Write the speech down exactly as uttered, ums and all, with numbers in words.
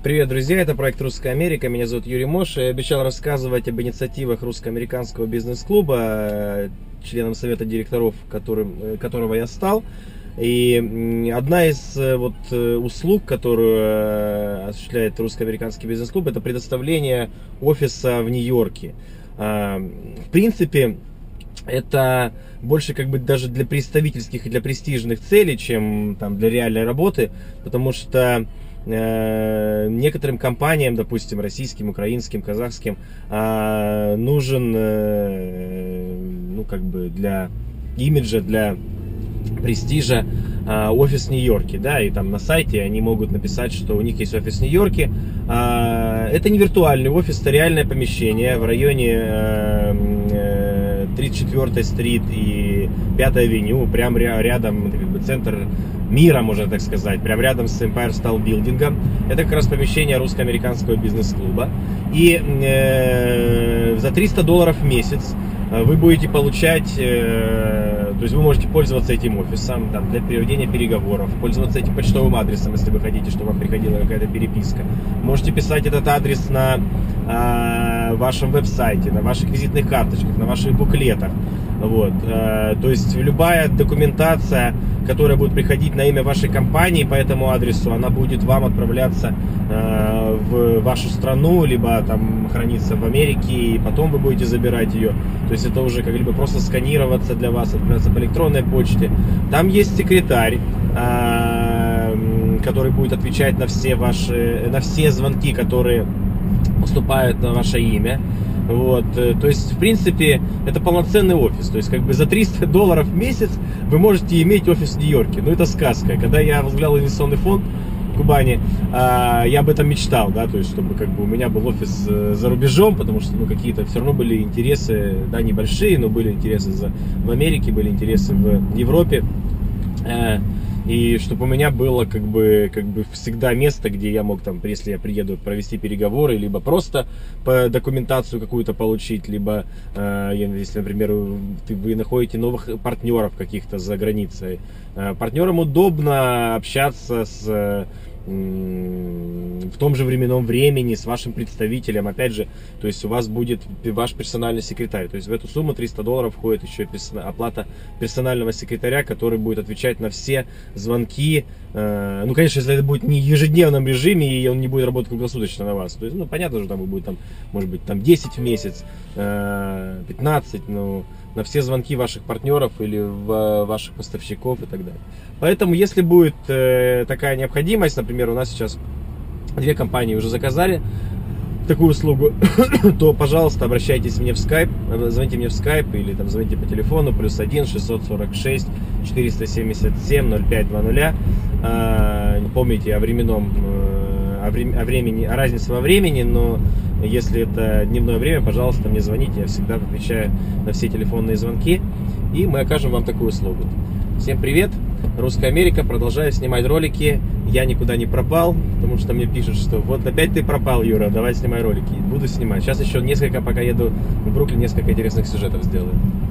Привет, друзья! Это проект «Русская Америка». Меня зовут Юрий Мош. Я обещал рассказывать об инициативах русско-американского бизнес-клуба, членом совета директоров, которым, которого я стал. И одна из вот, услуг, которую осуществляет русско-американский бизнес-клуб, это предоставление офиса в Нью-Йорке. В принципе, это больше как бы даже для представительских и для престижных целей, чем там, для реальной работы, потому что э, некоторым компаниям, допустим, российским, украинским, казахским, э, нужен э, ну, как бы для имиджа, для престижа э, офис в Нью-Йорке, да, и там на сайте они могут написать, что у них есть офис в Нью-Йорке. Э, это не виртуальный офис, это реальное помещение в районе э, э, тридцать четвёртой стрит и пятой авеню, прям рядом, это как бы центр мира, можно так сказать, прям рядом с Empire State Building. Это как раз помещение русско-американского бизнес-клуба. И э, за триста долларов в месяц вы будете получать, э, то есть вы можете пользоваться этим офисом там, для проведения переговоров, пользоваться этим почтовым адресом, если вы хотите, чтобы вам приходила какая-то переписка. Можете писать этот адрес на э, вашем веб-сайте, на ваших визитных карточках, на ваших буклетах. Вот. Э, то есть любая документация, которая будет приходить на имя вашей компании по этому адресу, она будет вам отправляться э, в вашу страну, либо там храниться в Америке, и потом вы будете забирать ее. То есть это уже как бы просто сканироваться для вас, отправляться по электронной почте. Там есть секретарь, э, который будет отвечать на все ваши, на все звонки, которые поступают на ваше имя. Вот, то есть, в принципе, это полноценный офис. То есть, как бы за триста долларов в месяц вы можете иметь офис в Нью-Йорке. Ну, это сказка. Когда я возглавлял инвестиционный фонд в Кубани, я об этом мечтал, да, то есть, чтобы как бы у меня был офис за рубежом, потому что, ну, какие-то все равно были интересы, да, небольшие, но были интересы в Америке, были интересы в Европе. И чтобы у меня было как бы, как бы всегда место, где я мог, там, если я приеду, провести переговоры, либо просто по документацию какую-то получить, либо, э, если, например, ты, вы находите новых партнеров каких-то за границей. Э, партнерам удобно общаться с... в том же временном времени с вашим представителем, опять же, то есть у вас будет ваш персональный секретарь, то есть в эту сумму триста долларов входит еще оплата персонального секретаря, который будет отвечать на все звонки, ну, конечно, если это будет не в ежедневном режиме и он не будет работать круглосуточно на вас, то есть, ну, понятно же, там будет, там, может быть, там десять в месяц, пятнадцать, ну, на все звонки ваших партнеров или ваших поставщиков и так далее. Поэтому, если будет э, такая необходимость, например, у нас сейчас две компании уже заказали такую услугу, то, пожалуйста, обращайтесь мне в скайп, звоните мне в скайп или там звоните по телефону плюс один шестьсот сорок шесть четыреста семьдесят семь ноль пять двадцать. Э, помните о временном, э, о, времени, о времени, о разнице во времени, но если это дневное время, пожалуйста, мне звоните, я всегда отвечаю на все телефонные звонки, и мы окажем вам такую услугу. Всем привет! Русская Америка, продолжаю снимать ролики. Я никуда не пропал, потому что мне пишут, что вот опять ты пропал, Юра, давай снимай ролики. Буду снимать. Сейчас еще несколько, пока еду в Бруклин, несколько интересных сюжетов сделаю.